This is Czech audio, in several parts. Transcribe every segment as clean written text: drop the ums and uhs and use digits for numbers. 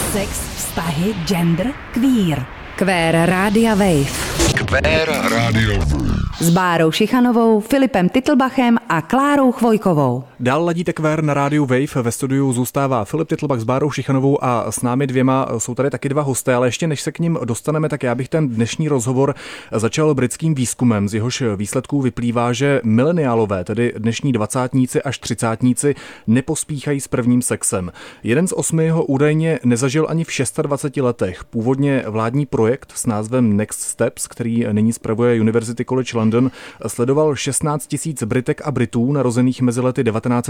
Sex, vztahy, gender, queer. Queer Rádia Wave. Queer Rádio Wave. S Bárou Šichanovou, Filipem Titlbachem a Klárou Chvojkovou. Dál ladíte Queer na rádiu Wave. Ve studiu zůstává Filip Titlbach s Bárou Šichanovou a s námi dvěma jsou tady taky dva hosté, ale ještě než se k nim dostaneme, tak já bych ten dnešní rozhovor začal britským výzkumem, z jehož výsledků vyplývá, že mileniálové, tedy dnešní dvacátníci až třicátníci, nepospíchají s prvním sexem. Jeden z 8 ho údajně nezažil ani v 26 letech. Původně vládní projekt s názvem Next Steps, který nyní spravuje University College London, sledoval 16 000 Britek a Britů narozených mezi lety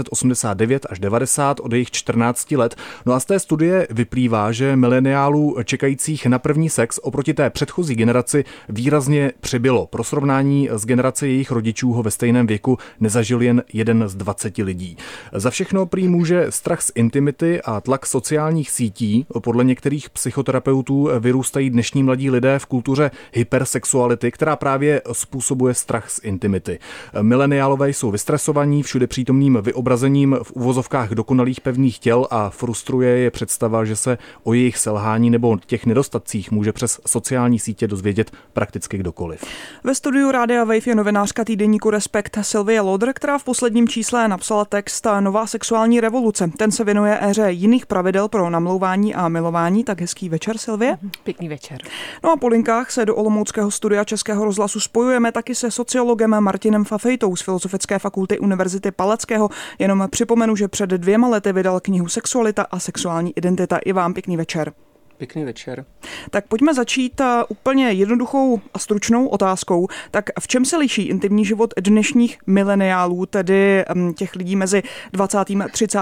1989 až 90 od jejich 14 let. No a z té studie vyplývá, že mileniálů čekajících na první sex oproti té předchozí generaci výrazně přibylo. Pro srovnání s generací jejich rodičů ho ve stejném věku nezažil jen 1 z 20 lidí. Za všechno prý může strach z intimity a tlak sociálních sítí. Podle některých psychoterapeutů vyrůstají dnešní mladí lidé v kultuře hypersexuality, která právě způsobuje strach z intimity. Mileniálové jsou vystresovaní všude přítomným vyobrazením v uvozovkách dokonalých pevných těl a frustruje je představa, že se o jejich selhání nebo těch nedostatcích může přes sociální sítě dozvědět prakticky kdokoliv. Ve studiu Rádia Wave je novinářka týdeníku Respekt Sylvie Lauder, která v posledním čísle napsala text Nová sexuální revoluce. Ten se věnuje éře jiných pravidel pro namlouvání a milování. Tak hezký večer, Sylvie. Pěkný večer. No a po linkách se do olomouckého studia Českého rozhlasu spojujeme taky se sociologem Martinem Fafejtou z Filozofické fakulty Univerzity Palackého. Jenom připomenu, že před 2 lety vydal knihu Sexualita a sexuální identita. I vám pěkný večer. Pěkný večer. Tak pojďme začít úplně jednoduchou a stručnou otázkou. Tak v čem se liší intimní život dnešních mileniálů, tedy těch lidí mezi 20. a 30.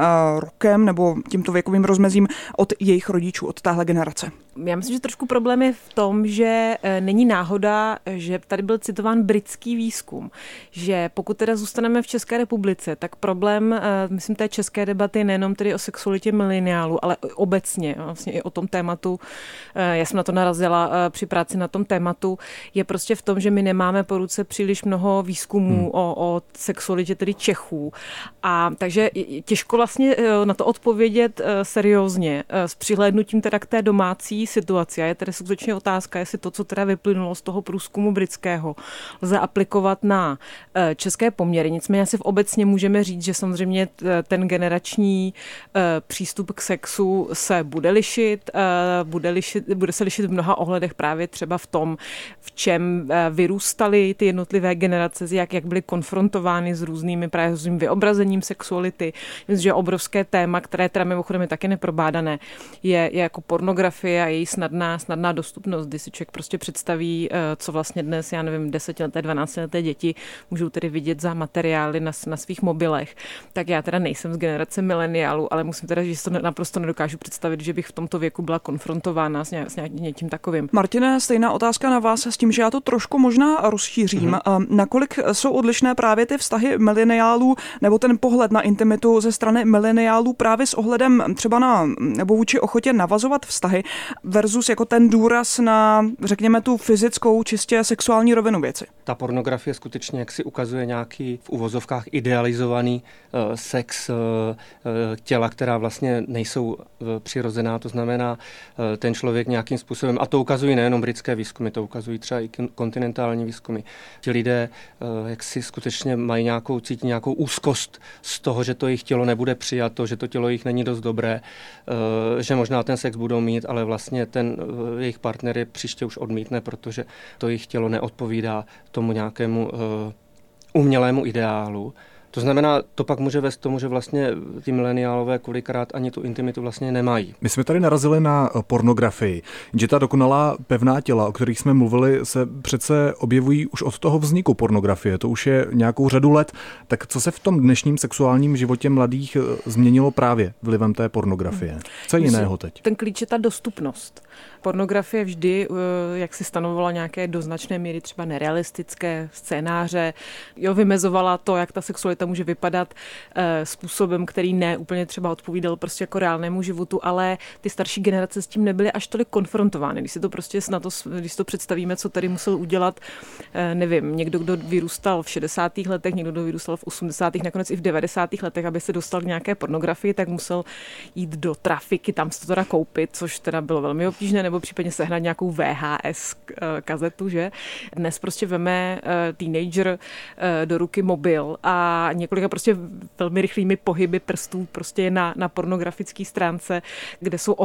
rokem nebo tímto věkovým rozmezím od jejich rodičů, od téhle generace? Já myslím, že trošku problém je v tom, že není náhoda, že tady byl citován britský výzkum, že pokud teda zůstaneme v České republice, tak problém, myslím, té české debaty nejenom tedy o sexualitě mileniálů, ale obecně, vlastně i o tom tématu, já jsem na to narazila při práci na tom tématu, je prostě v tom, že my nemáme po ruce příliš mnoho výzkumů o sexualitě tedy Čechů. A takže těžko vlastně na to odpovědět seriózně s přihlédnutím teda k té domácí situaci. A je tedy skutečně otázka, jestli to, co teda vyplynulo z toho průzkumu britského, lze aplikovat na české poměry. Nicméně asi obecně můžeme říct, že samozřejmě ten generační přístup k sexu se bude lišit, bude se lišit v mnoha ohledech právě třeba v tom, v čem vyrůstaly ty jednotlivé generace, jak byly konfrontovány s různými právě s vyobrazením sexuality. Myslím, že obrovské téma, které teda mimochodem je taky neprobádané, je jako pornografie a její snadná dostupnost, kdy si člověk prostě představí, co vlastně dnes, já nevím, 10leté, 12leté děti můžou tedy vidět za materiály na svých mobilech. Tak já teda nejsem z generace mileniálů, ale musím teda, že si to naprosto nedokážu představit, že bych v tomto věku byla konfrontována s něčím takovým. Martine, stejná otázka na vás s tím, že já to trošku možná rozšířím. Nakolik jsou odlišné právě ty vztahy mileniálů nebo ten pohled na intimitu ze strany mileniálů právě s ohledem třeba na nebo vůči ochotě navazovat vztahy versus jako ten důraz na, řekněme, tu fyzickou, čistě sexuální rovinu věci? Ta pornografie skutečně jak si ukazuje nějaký v uvozovkách idealizovaný sex těla, která vlastně nejsou přirozená, to znamená ten člověk nějakým způsobem, a to ukazují nejenom britské výzkumy, to ukazují třeba i kontinentální výzkumy. Ti lidé jak si skutečně cítí nějakou úzkost z toho, že to jejich tělo nebude přijato, že to tělo jich není dost dobré, že možná ten sex budou mít, ale vlastně ten jejich partner je příště už odmítne, protože to jejich tělo neodpovídá tomu nějakému umělému ideálu. To znamená, to pak může vést k tomu, že vlastně ty mileniálové kolikrát ani tu intimitu vlastně nemají. My jsme tady narazili na pornografii, že ta dokonalá pevná těla, o kterých jsme mluvili, se přece objevují už od toho vzniku pornografie. To už je nějakou řadu let. Tak co se v tom dnešním sexuálním životě mladých změnilo právě vlivem té pornografie? Co je jiného teď? Ten klíč je ta dostupnost. Pornografie vždy, jak si stanovovala nějaké do značné míry třeba nerealistické scénáře, vymezovala to, jak ta sexualita sexualita může vypadat způsobem, který ne úplně třeba odpovídal prostě jako reálnému životu, ale ty starší generace s tím nebyly až tolik konfrontovány. Když si to prostě když to představíme, co tady musel udělat, nevím, někdo, kdo vyrůstal v 60. letech, někdo, kdo vyrůstal v 80., nakonec i v 90. letech, aby se dostal k nějaké pornografii, tak musel jít do trafiky, tam se to teda koupit, což teda bylo velmi obtížné, nebo případně sehnat nějakou VHS kazetu, že? Dnes prostě veme teenager do ruky mobil a několika prostě velmi rychlými pohyby prstů prostě je na pornografické stránce, kde jsou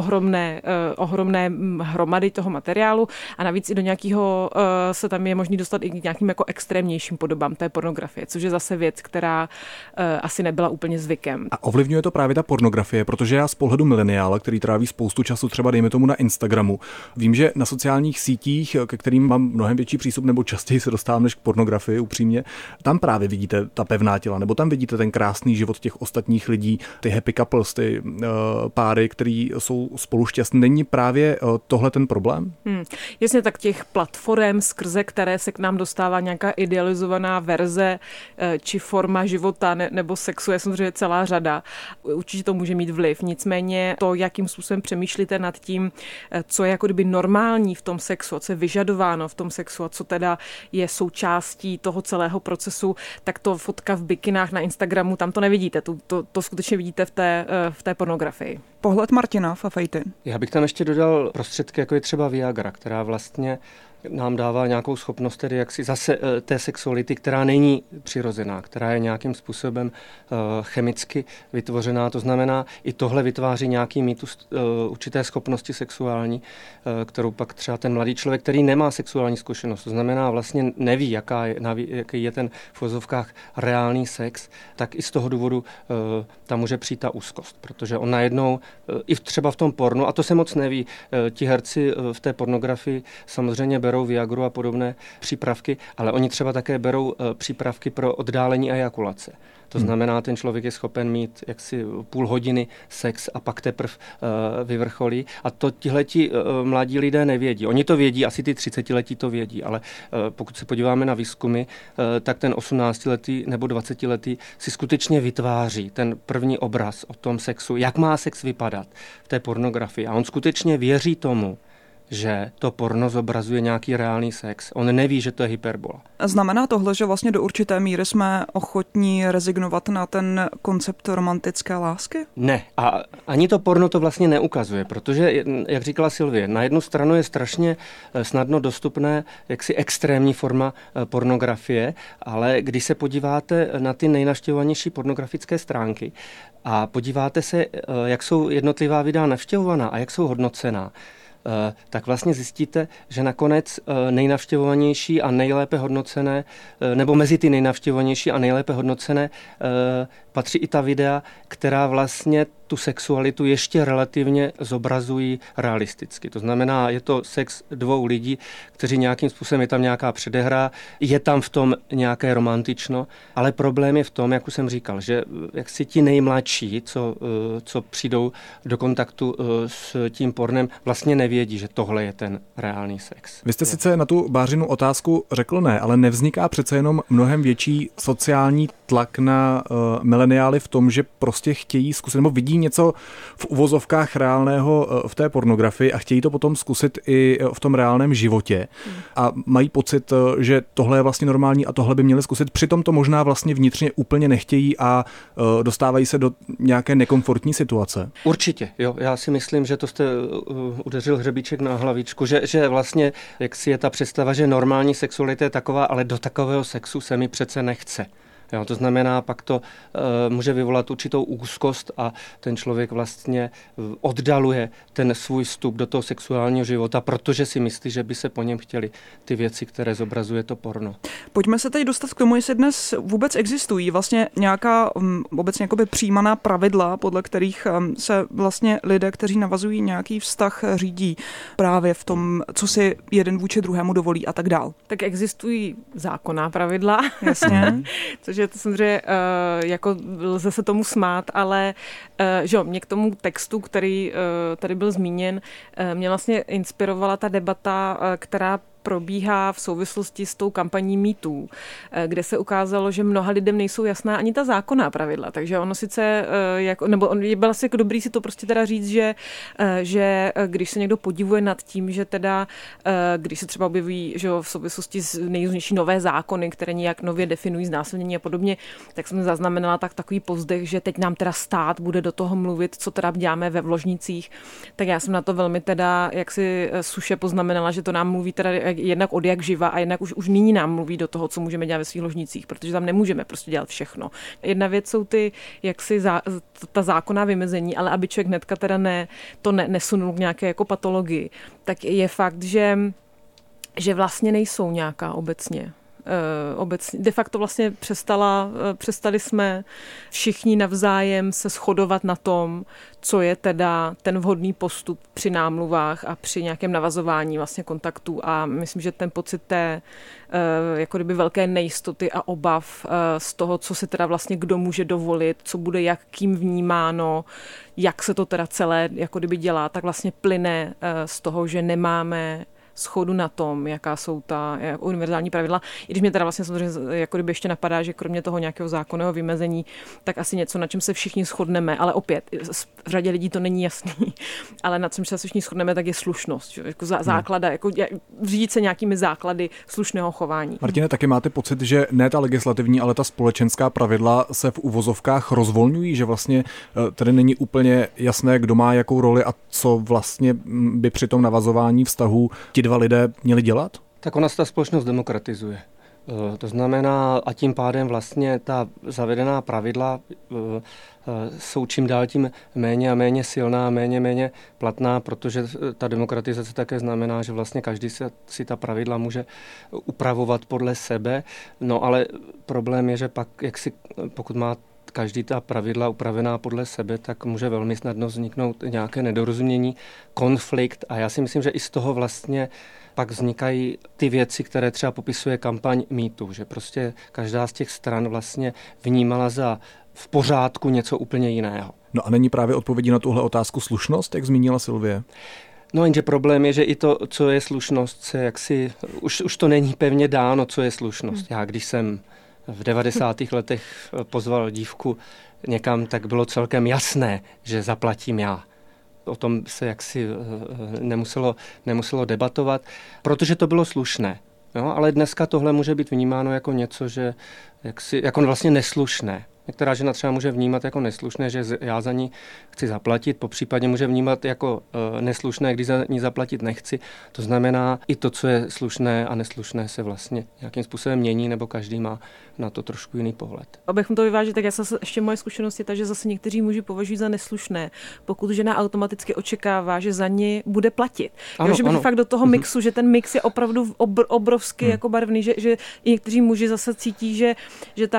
ohromné hromady toho materiálu a navíc i do nějakého se tam je možný dostat i k nějakým jako extrémnějším podobám té pornografie, což je zase věc, která asi nebyla úplně zvykem. A ovlivňuje to právě ta pornografie, protože já z pohledu mileniála, který tráví spoustu času třeba dejme tomu na Instagramu, vím, že na sociálních sítích, ke kterým mám mnohem větší přístup nebo častěji se dostávám než k pornografii upřímně, tam právě vidíte ta pevná těla, nebo tam vidíte ten krásný život těch ostatních lidí, ty happy couples, ty páry, který jsou spolu šťastní. Není právě tohle ten problém? Jasně, tak těch platform, skrze které se k nám dostává nějaká idealizovaná verze či forma života nebo sexu je samozřejmě celá řada. Určitě to může mít vliv. Nicméně to, jakým způsobem přemýšlíte nad tím, co je jako kdyby normální v tom sexu, co je vyžadováno v tom sexu a co teda je součástí toho celého procesu, tak to fotka v bikinách na Instagramu, tam to nevidíte. To skutečně vidíte v té pornografii. Pohled Martina Fafejty. Já bych tam ještě dodal prostředky, jako je třeba Viagra, která vlastně nám dává nějakou schopnost tedy jaksi zase té sexuality, která není přirozená, která je nějakým způsobem chemicky vytvořená. To znamená, i tohle vytváří nějaký mýtus určité schopnosti sexuální, kterou pak třeba ten mladý člověk, který nemá sexuální zkušenost, to znamená vlastně neví, jaký je ten v uvozovkách reálný sex, tak i z toho důvodu tam může přijít ta úzkost, protože on najednou, i třeba v tom pornu, a to se moc neví, ti herci v té pornografii samozřejmě berou Viagru a podobné přípravky, ale oni třeba také berou přípravky pro oddálení ejakulace. To znamená, ten člověk je schopen mít jaksi půl hodiny sex a pak teprve vyvrcholí. A to tihleti mladí lidé nevědí. Oni to vědí, asi ty 30letí to vědí, ale pokud se podíváme na výzkumy, tak ten 18letý nebo 20letý si skutečně vytváří ten první obraz o tom sexu, jak má sex vypadat v té pornografii. A on skutečně věří tomu, že to porno zobrazuje nějaký reálný sex. On neví, že to je hyperbola. Znamená tohle, že vlastně do určité míry jsme ochotní rezignovat na ten koncept romantické lásky? Ne. A ani to porno to vlastně neukazuje, protože, jak říkala Sylvie, na jednu stranu je strašně snadno dostupné jaksi extrémní forma pornografie, ale když se podíváte na ty nejnavštěvovanější pornografické stránky a podíváte se, jak jsou jednotlivá videa navštěvovaná a jak jsou hodnocená, tak vlastně zjistíte, že nakonec nejnavštěvovanější a nejlépe hodnocené, nebo mezi ty nejnavštěvovanější a nejlépe hodnocené patří i ta videa, která vlastně tu sexualitu ještě relativně zobrazují realisticky. To znamená, je to sex dvou lidí, kteří nějakým způsobem, je tam nějaká předehra, je tam v tom nějaké romantično, ale problém je v tom, jak už jsem říkal, že jak si ti nejmladší, co přijdou do kontaktu s tím pornem, vlastně nevědí, že tohle je ten reálný sex. Vy jste sice na tu Bářinu otázku řekl ne, ale nevzniká přece jenom mnohem větší sociální tlak na mileniály v tom, že prostě chtějí zkusit, nebo vidí něco v uvozovkách reálného v té pornografii a chtějí to potom zkusit i v tom reálném životě a mají pocit, že tohle je vlastně normální a tohle by měli zkusit. Přitom to možná vlastně vnitřně úplně nechtějí a dostávají se do nějaké nekomfortní situace. Určitě, jo. Já si myslím, že to jste udeřil hřebíček na hlavičku, že vlastně, jak si je ta představa, že normální sexualita je taková, ale do takového sexu se mi přece nechce. Jo, to znamená, pak to může vyvolat určitou úzkost a ten člověk vlastně oddaluje ten svůj vstup do toho sexuálního života, protože si myslí, že by se po něm chtěli ty věci, které zobrazuje to porno. Pojďme se teď dostat k tomu, jestli dnes vůbec existují vlastně nějaká obecně jakoby přijímaná pravidla, podle kterých se vlastně lidé, kteří navazují nějaký vztah, řídí právě v tom, co si jeden vůči druhému dovolí a tak dál. Tak existují zákonná pravidla. Jasně. Což je to samozřejmě, jako lze se tomu smát, ale že mě k tomu textu, který tady byl zmíněn, mě vlastně inspirovala ta debata, která probíhá v souvislosti s tou kampaní MeToo, kde se ukázalo, že mnoha lidem nejsou jasná ani ta zákonná pravidla. Takže ono sice, bylo asi jako dobrý si to prostě teda říct, že když se někdo podivuje nad tím, že teda, když se třeba objeví, že v souvislosti s nejrůznější nové zákony, které nějak nově definují znásilnění a podobně, tak jsem zaznamenala takový povzdech, že teď nám teda stát bude do toho mluvit, co teda děláme ve vložnicích. Tak já jsem na to velmi teda jaksi suše poznamenala, že to nám mluví teda jednak od jak živa a jednak už nyní nám mluví do toho, co můžeme dělat ve svých ložnicích, protože tam nemůžeme prostě dělat všechno. Jedna věc jsou ty jaksi ta zákonná vymezení, ale aby člověk hnedka teda nesunul k nějaké jako patologii, tak je fakt, že vlastně nejsou nějaká obecně. De facto vlastně přestali jsme všichni navzájem se shodovat na tom, co je teda ten vhodný postup při námluvách a při nějakém navazování vlastně kontaktů a myslím, že ten pocit té jako kdyby velké nejistoty a obav z toho, co si teda vlastně kdo může dovolit, co bude jakým vnímáno, jak se to teda celé jako kdyby dělá, tak vlastně plyne z toho, že nemáme shodu na tom, jaká jsou ta univerzální pravidla. I když mě teda vlastně samozřejmě jako kdyby ještě napadá, že kromě toho nějakého zákonného vymezení, tak asi něco, na čem se všichni shodneme, ale opět, v řadě lidí to není jasný, ale na čem se všichni shodneme, tak je slušnost. Že? Jako základa, jako řídit se nějakými základy slušného chování. Martine, taky máte pocit, že ne ta legislativní, ale ta společenská pravidla se v uvozovkách rozvolňují, že vlastně tady není úplně jasné, kdo má jakou roli a co vlastně by při tom navazování vztahů dva lidé měli dělat? Tak ona se ta společnost demokratizuje. To znamená, a tím pádem vlastně ta zavedená pravidla jsou čím dál tím méně a méně silná, méně platná, protože ta demokratizace také znamená, že vlastně každý si ta pravidla může upravovat podle sebe. No ale problém je, že pak, pokud má každý ta pravidla upravená podle sebe, tak může velmi snadno vzniknout nějaké nedorozumění, konflikt a já si myslím, že i z toho vlastně pak vznikají ty věci, které třeba popisuje kampaň MeToo, že prostě každá z těch stran vlastně vnímala za v pořádku něco úplně jiného. No a není právě odpovědí na tuhle otázku slušnost, jak zmínila Sylvie? No jenže problém je, že i to, co je slušnost, se jaksi, už to není pevně dáno, co je slušnost. Já když jsem v 90. letech pozval dívku někam, tak bylo celkem jasné, že zaplatím já. O tom se jaksi nemuselo debatovat, protože to bylo slušné. Jo? Ale dneska tohle může být vnímáno jako něco, že jako vlastně neslušné. Některá žena třeba může vnímat jako neslušné, že já za ní chci zaplatit, popřípadě může vnímat jako neslušné, když za ní zaplatit nechci. To znamená, i to, co je slušné a neslušné, se vlastně nějakým způsobem mění, nebo každý má na to trošku jiný pohled. Abychom to vyvážili, tak ještě moje zkušenost je ta, že zase někteří muži považují za neslušné, pokud žena automaticky očekává, že za ně bude platit. Ano, že by fakt do toho mixu, že ten mix je opravdu obrovsky jako barvný, že i někteří muži zase cítí, že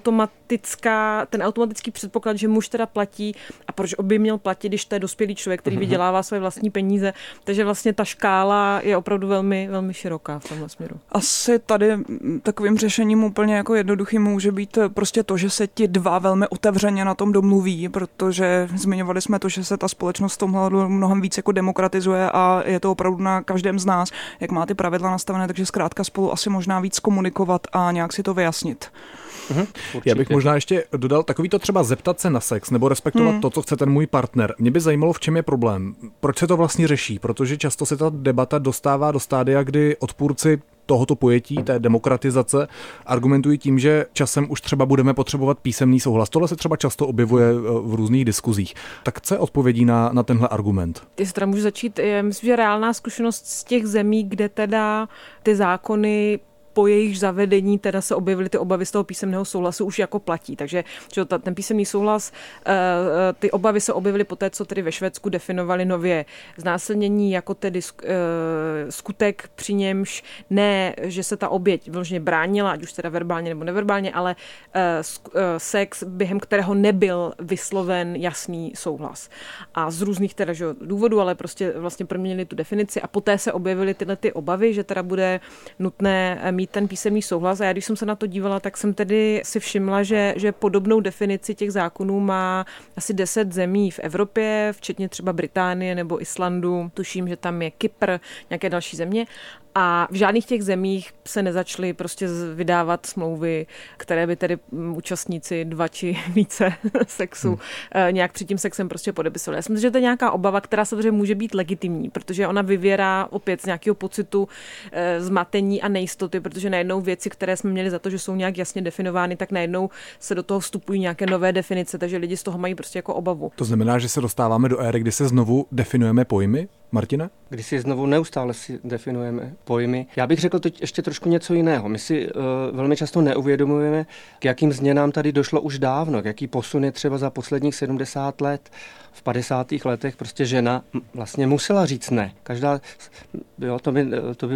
ten automatický předpoklad, že muž teda platí a proč by měl platit, když to je dospělý člověk, který vydělává své vlastní peníze. Takže vlastně ta škála je opravdu velmi, velmi široká v tomhle směru. Asi tady takovým řešením úplně jako jednoduchým může být prostě to, že se ti dva velmi otevřeně na tom domluví, protože zmiňovali jsme to, že se ta společnost v tomhle mnohem víc jako demokratizuje a je to opravdu na každém z nás, jak má ty pravidla nastavené, takže zkrátka spolu asi možná víc komunikovat a nějak si to vyjasnit. Já bych možná ještě dodal takový to třeba zeptat se na sex nebo respektovat to, co chce ten můj partner. Mě by zajímalo, v čem je problém. Proč se to vlastně řeší? Protože často se ta debata dostává do stádia, kdy odpůrci tohoto pojetí, té demokratizace, argumentují tím, že časem už třeba budeme potřebovat písemný souhlas. Tohle se třeba často objevuje v různých diskuzích. Tak co je odpovědí na tenhle argument? Jestli teda můžu začít, myslím, že reálná zkušenost z těch zemí, kde teda ty zákony po jejich zavedení teda se objevily ty obavy z toho písemného souhlasu už jako platí. Takže ten písemný souhlas, ty obavy se objevily poté, co tedy ve Švédsku definovali nově znásilnění jako tedy skutek, při němž ne, že se ta oběť vyloženě bránila, ať už teda verbálně nebo neverbálně, ale sex, během kterého nebyl vysloven jasný souhlas. A z různých teda důvodů, ale prostě vlastně proměnili tu definici a poté se objevily tyhle ty obavy, že teda bude nutné mít ten písemný souhlas. A já, když jsem se na to dívala, tak jsem tedy si všimla, že podobnou definici těch zákonů má asi 10 zemí v Evropě, včetně třeba Británie nebo Islandu. Tuším, že tam je Kypr, nějaké další země. A v žádných těch zemích se nezačaly prostě vydávat smlouvy, které by tedy účastníci 2 či více sexu nějak před tím sexem prostě podepisovali. Já si myslím, že to je nějaká obava, která samozřejmě může být legitimní, protože ona vyvěrá opět z nějakého pocitu zmatení a nejistoty, protože najednou věci, které jsme měli za to, že jsou nějak jasně definovány, tak najednou se do toho vstupují nějaké nové definice, takže lidi z toho mají prostě jako obavu. To znamená, že se dostáváme do éry, kdy se znovu definujeme pojmy, Martina? Kdy si znovu neustále si definujeme pojmy. Já bych řekl teď ještě trošku něco jiného. My si velmi často neuvědomujeme, k jakým změnám tady došlo už dávno, k jaký posun je třeba za posledních 70 let. V 50. letech prostě žena vlastně musela říct ne. Každá, jo, to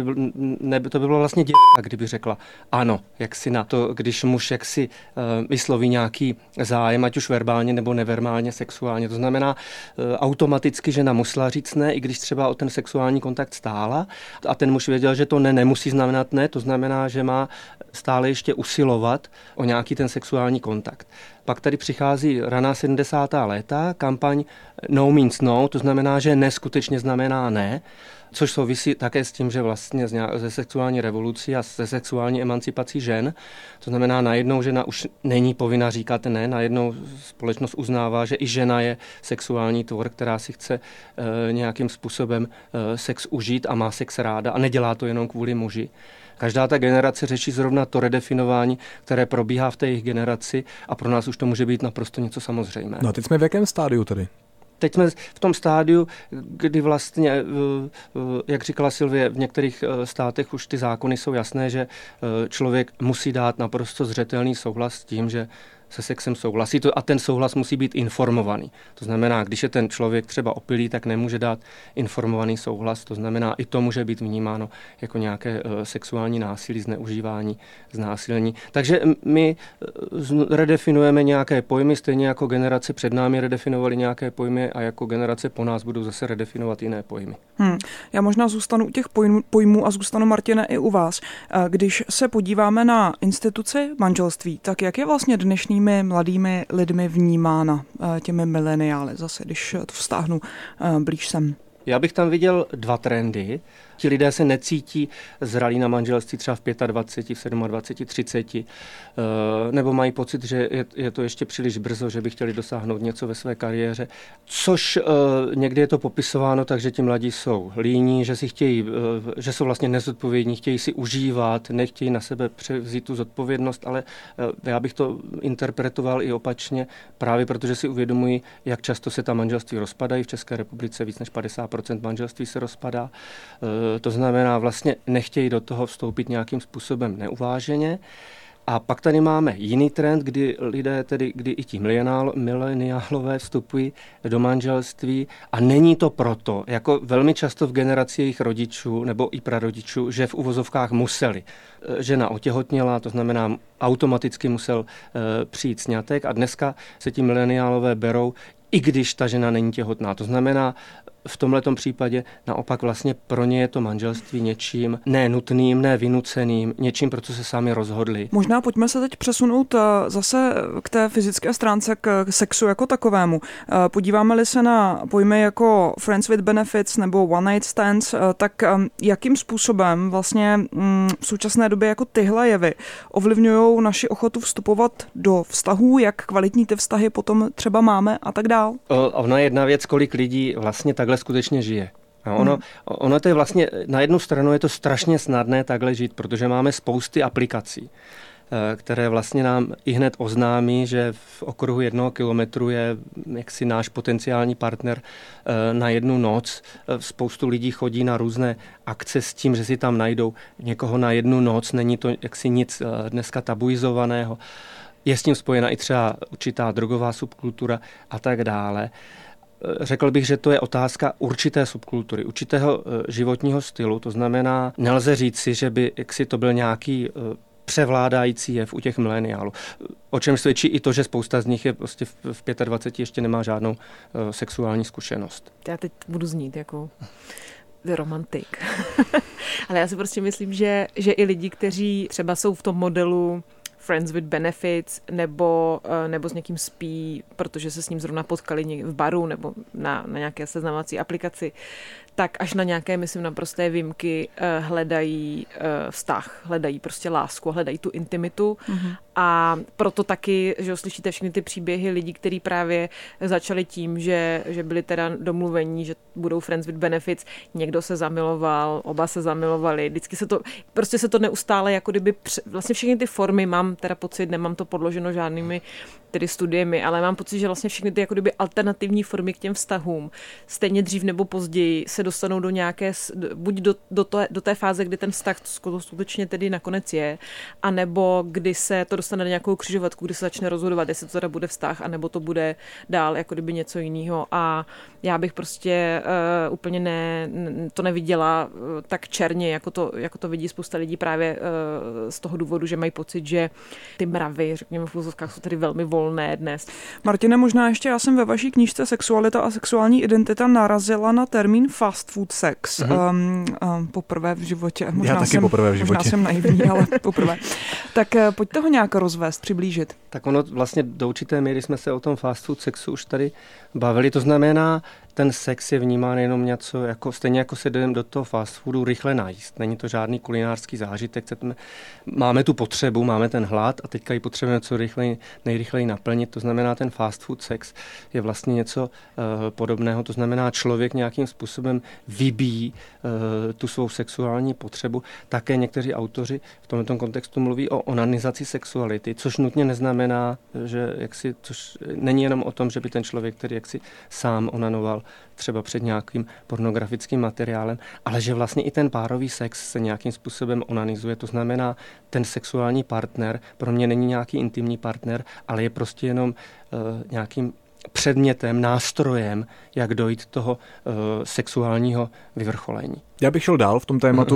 by bylo vlastně děvka, kdyby řekla ano, jak si na to, když muž jaksi vysloví nějaký zájem, ať už verbálně nebo neverbálně, sexuálně. To znamená, automaticky žena musela říct ne, i když třeba o ten sexuální kontakt stála a ten muž věděl, že to ne nemusí znamenat ne, to znamená, že má stále ještě usilovat o nějaký ten sexuální kontakt. Pak tady přichází raná 70. léta, kampaň No means no, to znamená, že ne skutečně znamená ne, což souvisí také s tím, že vlastně ze sexuální revolucí a ze sexuální emancipací žen, to znamená najednou žena už není povinna říkat ne, najednou společnost uznává, že i žena je sexuální tvor, která si chce nějakým způsobem sex užít a má sex ráda a nedělá to jenom kvůli muži. Každá ta generace řeší zrovna to redefinování, které probíhá v té jejich generaci a pro nás už to může být naprosto něco samozřejmé. No a teď jsme v jakém stádiu tedy? Teď jsme v tom stádiu, kdy vlastně, jak říkala Sylvie, v některých státech už ty zákony jsou jasné, že člověk musí dát naprosto zřetelný souhlas s tím, že se sexem souhlasí a ten souhlas musí být informovaný. To znamená, když je ten člověk třeba opilý, tak nemůže dát informovaný souhlas. To znamená, i to může být vnímáno jako nějaké sexuální násilí, zneužívání, znásilnění. Takže my redefinujeme nějaké pojmy, stejně jako generace před námi redefinovali nějaké pojmy a jako generace po nás budou zase redefinovat jiné pojmy. Já možná zůstanu u těch pojmů a zůstanu, Martine, i u vás. Když se podíváme na instituci manželství, tak jak je vlastně dnešními mladými lidmi vnímána těmi mileniály, zase když to vztáhnu blíž sem? Já bych tam viděl 2 trendy. Ti lidé se necítí zralí na manželství třeba v 25, v 27, 30, nebo mají pocit, že je to ještě příliš brzo, že by chtěli dosáhnout něco ve své kariéře. Což někdy je to popisováno tak, že ti mladí jsou líní, že si chtějí, že jsou vlastně nezodpovědní, chtějí si užívat, nechtějí na sebe převzít tu zodpovědnost, ale já bych to interpretoval i opačně, právě protože si uvědomují, jak často se ta manželství rozpadají. V České republice víc než 50% manželství se rozpadá. To znamená, vlastně nechtějí do toho vstoupit nějakým způsobem neuváženě. A pak tady máme jiný trend, kdy lidé, kdy i ti mileniálové vstupují do manželství a není to proto, jako velmi často v generaci jejich rodičů nebo i prarodičů, že v uvozovkách museli. Žena otěhotněla, to znamená automaticky musel přijít sňatek a dneska se ti mileniálové berou, i když ta žena není těhotná. To znamená, v tomhletom případě naopak vlastně pro ně je to manželství něčím nenutným, nevynuceným, něčím, pro co se sami rozhodli. Možná pojďme se teď přesunout zase k té fyzické stránce, k sexu jako takovému. Podíváme-li se na pojmy jako friends with benefits nebo one night stands, tak jakým způsobem vlastně v současné době jako tyhle jevy ovlivňují naši ochotu vstupovat do vztahů, jak kvalitní ty vztahy potom třeba máme a tak dál? Ona je jedna věc, kolik lidí vlastně takhle skutečně žije. Ono to je vlastně, na jednu stranu je to strašně snadné takhle žít, protože máme spousty aplikací, které vlastně nám i hned oznámí, že v okruhu 1 kilometru je jaksi náš potenciální partner na jednu noc. Spoustu lidí chodí na různé akce s tím, že si tam najdou někoho na jednu noc, není to jaksi nic dneska tabuizovaného. Je s tím spojena i třeba určitá drogová subkultura a tak dále. Řekl bych, že to je otázka určité subkultury, určitého životního stylu. To znamená, nelze říci, že by jaksi to byl nějaký převládající jev u těch mileniálů. O čem svědčí i to, že spousta z nich je prostě v 25 ještě nemá žádnou sexuální zkušenost. Já teď budu znít jako romantik. Ale já si prostě myslím, že i lidi, kteří třeba jsou v tom modelu friends with benefits, nebo s někým spí, protože se s ním zrovna potkali v baru nebo na nějaké seznamovací aplikaci, tak až na nějaké, myslím, naprosté výjimky hledají vztah, hledají prostě lásku, hledají tu intimitu. A proto taky, že slyšíte všechny ty příběhy lidí, kteří právě začali tím, že byli teda domluvení, že budou friends with benefits, někdo se zamiloval, oba se zamilovali, vždycky se to neustále, jako kdyby vlastně všechny ty formy, mám teda pocit, nemám to podloženo žádnými tedy studiemi, ale mám pocit, že vlastně všechny ty jako kdyby alternativní formy k těm vztahům stejně dřív nebo později se dostanou do nějaké, buď do té fáze, kdy ten vztah skutečně tedy nakonec je, anebo kdy se to dostane na nějakou křižovatku, kdy se začne rozhodovat, jestli to teda bude vztah, anebo to bude dál jako kdyby něco jiného. A já bych prostě úplně to neviděla tak černě, jako to vidí spousta lidí právě z toho důvodu, že mají pocit, že ty mravy, řekněme v uvozovkách, jsou tedy velmi volné dnes. Martine, možná ještě já jsem ve vaší knížce Sexualita a sexuální identita narazila na termín fast food sex. Poprvé v životě. Já taky poprvé v životě. Možná jsem naivní, ale poprvé. Tak pojďte ho nějak rozvést, přiblížit. Tak ono vlastně do určité míry jsme se o tom fast food sexu už tady bavili. To znamená, ten sex je vnímán jenom něco, stejně jako se jdeme do toho fast foodu rychle najíst. Není to žádný kulinárský zážitek. Máme tu potřebu, máme ten hlad a teďka ji potřebujeme co nejrychleji naplnit. To znamená, ten fast food sex je vlastně něco podobného. To znamená, člověk nějakým způsobem vybíjí tu svou sexuální potřebu. Také někteří autoři v tomto kontextu mluví o onanizaci sexuality, což nutně neznamená, že což není jenom o tom, že by ten člověk, který sám onanoval třeba před nějakým pornografickým materiálem, ale že vlastně i ten párový sex se nějakým způsobem onanizuje. To znamená, ten sexuální partner pro mě není nějaký intimní partner, ale je prostě jenom nějakým předmětem, nástrojem, jak dojít toho sexuálního vyvrcholení. Já bych šel dál v tom tématu.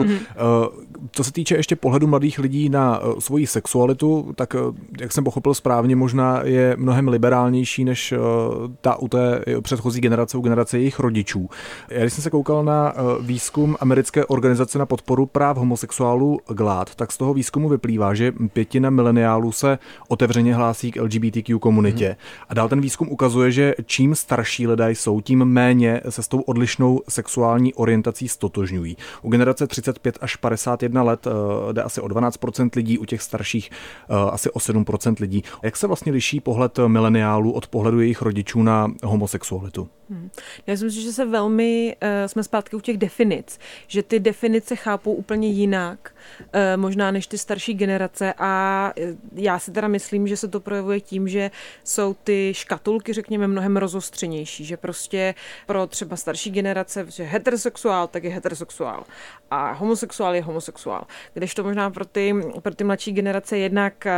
Co se týče ještě pohledu mladých lidí na svoji sexualitu, tak jak jsem pochopil správně, možná je mnohem liberálnější než ta u té předchozí generace, u generace jejich rodičů. Já když jsem se koukal na výzkum americké organizace na podporu práv homosexuálů GLAAD, tak z toho výzkumu vyplývá, že 1/5 mileniálů se otevřeně hlásí k LGBTQ komunitě. A dál ten výzkum ukazuje, že čím starší lidé jsou, tím méně se s tou odlišnou sexuální orientací stotožňují. U generace 35 až 51 let jde asi o 12% lidí, u těch starších asi o 7% lidí. Jak se vlastně liší pohled mileniálů od pohledu jejich rodičů na homosexualitu? Já si myslím, že se velmi, jsme zpátky u těch definic, že ty definice chápou úplně jinak, možná než ty starší generace a já si teda myslím, že se to projevuje tím, že jsou ty škatulky, řekněme, mnohem rozostřenější, že prostě pro třeba starší generace, že heterosexuál, tak je heterosexuál a homosexuál je homosexuál. Kdežto možná pro ty mladší generace jednak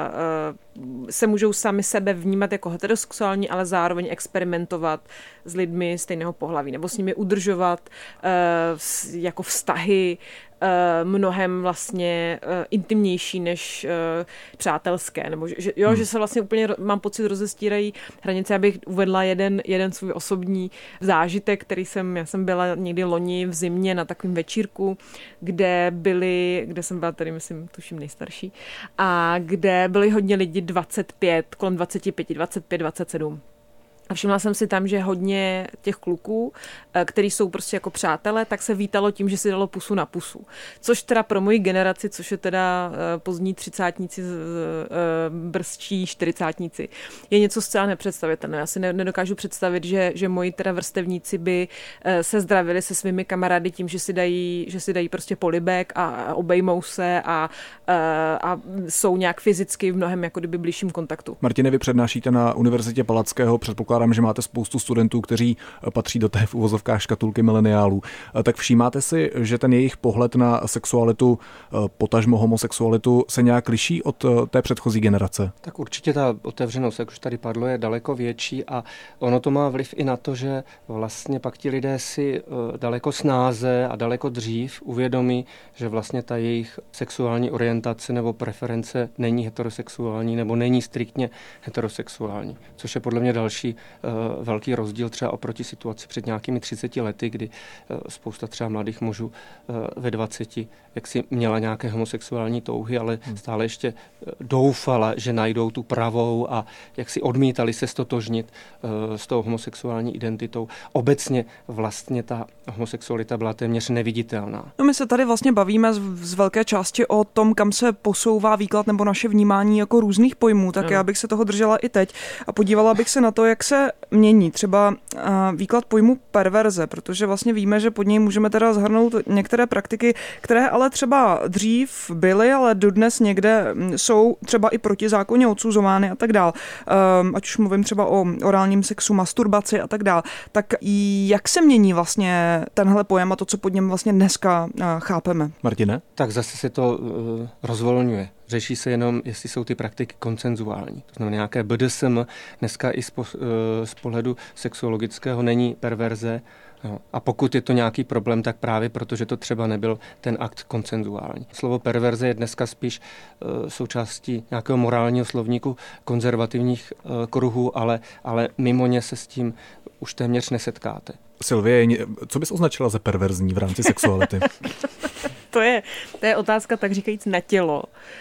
se můžou sami sebe vnímat jako heterosexuální, ale zároveň experimentovat s lidmi stejného pohlaví, nebo s nimi udržovat jako vztahy mnohem vlastně intimnější než přátelské, nebo že se vlastně úplně, mám pocit, rozestírají hranice. Já bych uvedla jeden svůj osobní zážitek, který já jsem byla někdy loni v zimě na takovém večírku, kde jsem byla tady, myslím, tuším nejstarší, a kde byli hodně lidi 25, kolem 25, 25, 27. A všimla jsem si tam, že hodně těch kluků, který jsou prostě jako přátelé, tak se vítalo tím, že si dalo pusu na pusu. Což teda pro moji generaci, což je teda pozdní třicátníci, brzčí čtyřicátníci, je něco zcela nepředstavitelné. Já si nedokážu představit, že moji teda vrstevníci by se zdravili se svými kamarády tím, že si dají prostě polibek a obejmou se a jsou nějak fyzicky v mnohem jako kdyby blížším kontaktu. Martine, vy přednášíte na Univerzitě Palackého, předpokládám, že máte spoustu studentů, kteří patří do té v uvozovkách škatulky mileniálů. Tak všímáte si, že ten jejich pohled na sexualitu, potažmo homosexualitu, se nějak liší od té předchozí generace? Tak určitě ta otevřenost, jak už tady padlo, je daleko větší a ono to má vliv i na to, že vlastně pak ti lidé si daleko snáze a daleko dřív uvědomí, že vlastně ta jejich sexuální orientace nebo preference není heterosexuální nebo není striktně heterosexuální, což je podle mě další velký rozdíl třeba oproti situaci před nějakými 30 lety, kdy spousta třeba mladých mužů ve 20 jaksi měla nějaké homosexuální touhy, ale stále ještě doufala, že najdou tu pravou a jak si odmítali se stotožnit s tou homosexuální identitou. Obecně vlastně ta homosexualita byla téměř neviditelná. No my se tady vlastně bavíme z velké části o tom, kam se posouvá výklad nebo naše vnímání jako různých pojmů, tak já bych se toho držela i teď a podívala bych se na to, jak se mění třeba výklad pojmu perverze, protože vlastně víme, že pod něj můžeme teda zhrnout některé praktiky, které ale třeba dřív byly, ale dodnes někde jsou třeba i protizákonně odsuzovány a tak dál. Ať už mluvím třeba o orálním sexu, masturbaci a tak dál. Tak jak se mění vlastně tenhle pojem a to, co pod něm vlastně dneska chápeme? Martine? Tak zase se to rozvolňuje. Řeší se jenom, jestli jsou ty praktiky konsenzuální. To znamená nějaké BDSM, dneska i z pohledu sexuologického není perverze. No. A pokud je to nějaký problém, tak právě protože to třeba nebyl ten akt konsenzuální. Slovo perverze je dneska spíš součástí nějakého morálního slovníku konzervativních kruhů, ale mimo ně se s tím už téměř nesetkáte. Sylvie, co bys označila za perverzní v rámci sexuality? To je otázka, tak říkajíc, na tělo.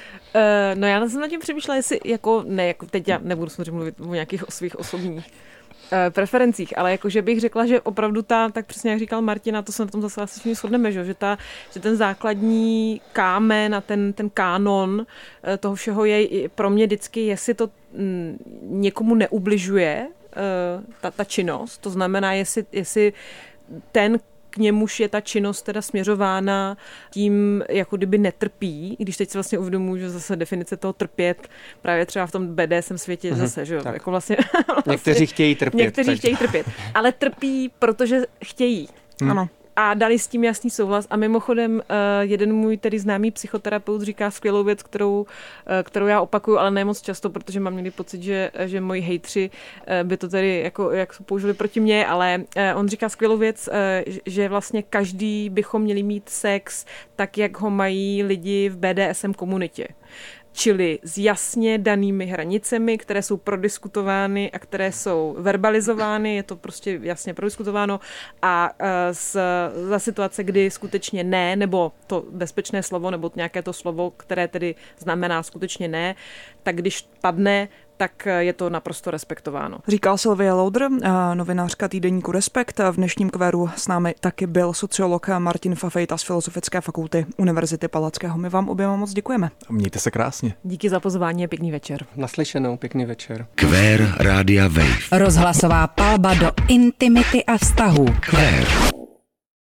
No já jsem nad tím přemýšlela, jestli jako teď já nebudu samozřejmě mluvit o nějakých svých osobních preferencích, ale jakože bych řekla, že opravdu tak přesně jak říkal Martin, a to se na tom zase asi shodneme, že ten základní kámen a ten kánon toho všeho je pro mě vždycky, jestli to někomu neubližuje, ta činnost, to znamená, jestli ten k němuž je ta činnost teda směřována tím, jako kdyby netrpí, když teď si vlastně uvědomuji, že zase definice toho trpět právě třeba v tom BDSM světě zase, že jako vlastně někteří chtějí trpět. Chtějí trpět, ale trpí, protože chtějí. Ano. A dali s tím jasný souhlas. A mimochodem jeden můj tedy známý psychoterapeut říká skvělou věc, kterou já opakuju, ale ne moc často, protože mám někdy pocit, že moji hejtři by to tedy jako použili proti mně, ale on říká skvělou věc, že vlastně každý bychom měli mít sex tak, jak ho mají lidi v BDSM komunitě. Čili s jasně danými hranicemi, které jsou prodiskutovány a které jsou verbalizovány, je to prostě jasně prodiskutováno a za situace, kdy skutečně ne, nebo to bezpečné slovo, nebo nějaké to slovo, které tedy znamená skutečně ne, tak když padne, tak je to naprosto respektováno. Říká Sylvie Lauder, novinářka týdeníku Respekt. V dnešním kvéru s námi taky byl sociolog Martin Fafejta z Filozofické fakulty Univerzity Palackého. My vám oběma moc děkujeme. Mějte se krásně. Díky za pozvání a pěkný večer. Naslyšenou, pěkný večer. Kvér Rádia Wave. Rozhlasová palba do intimity a vztahů. Kvér.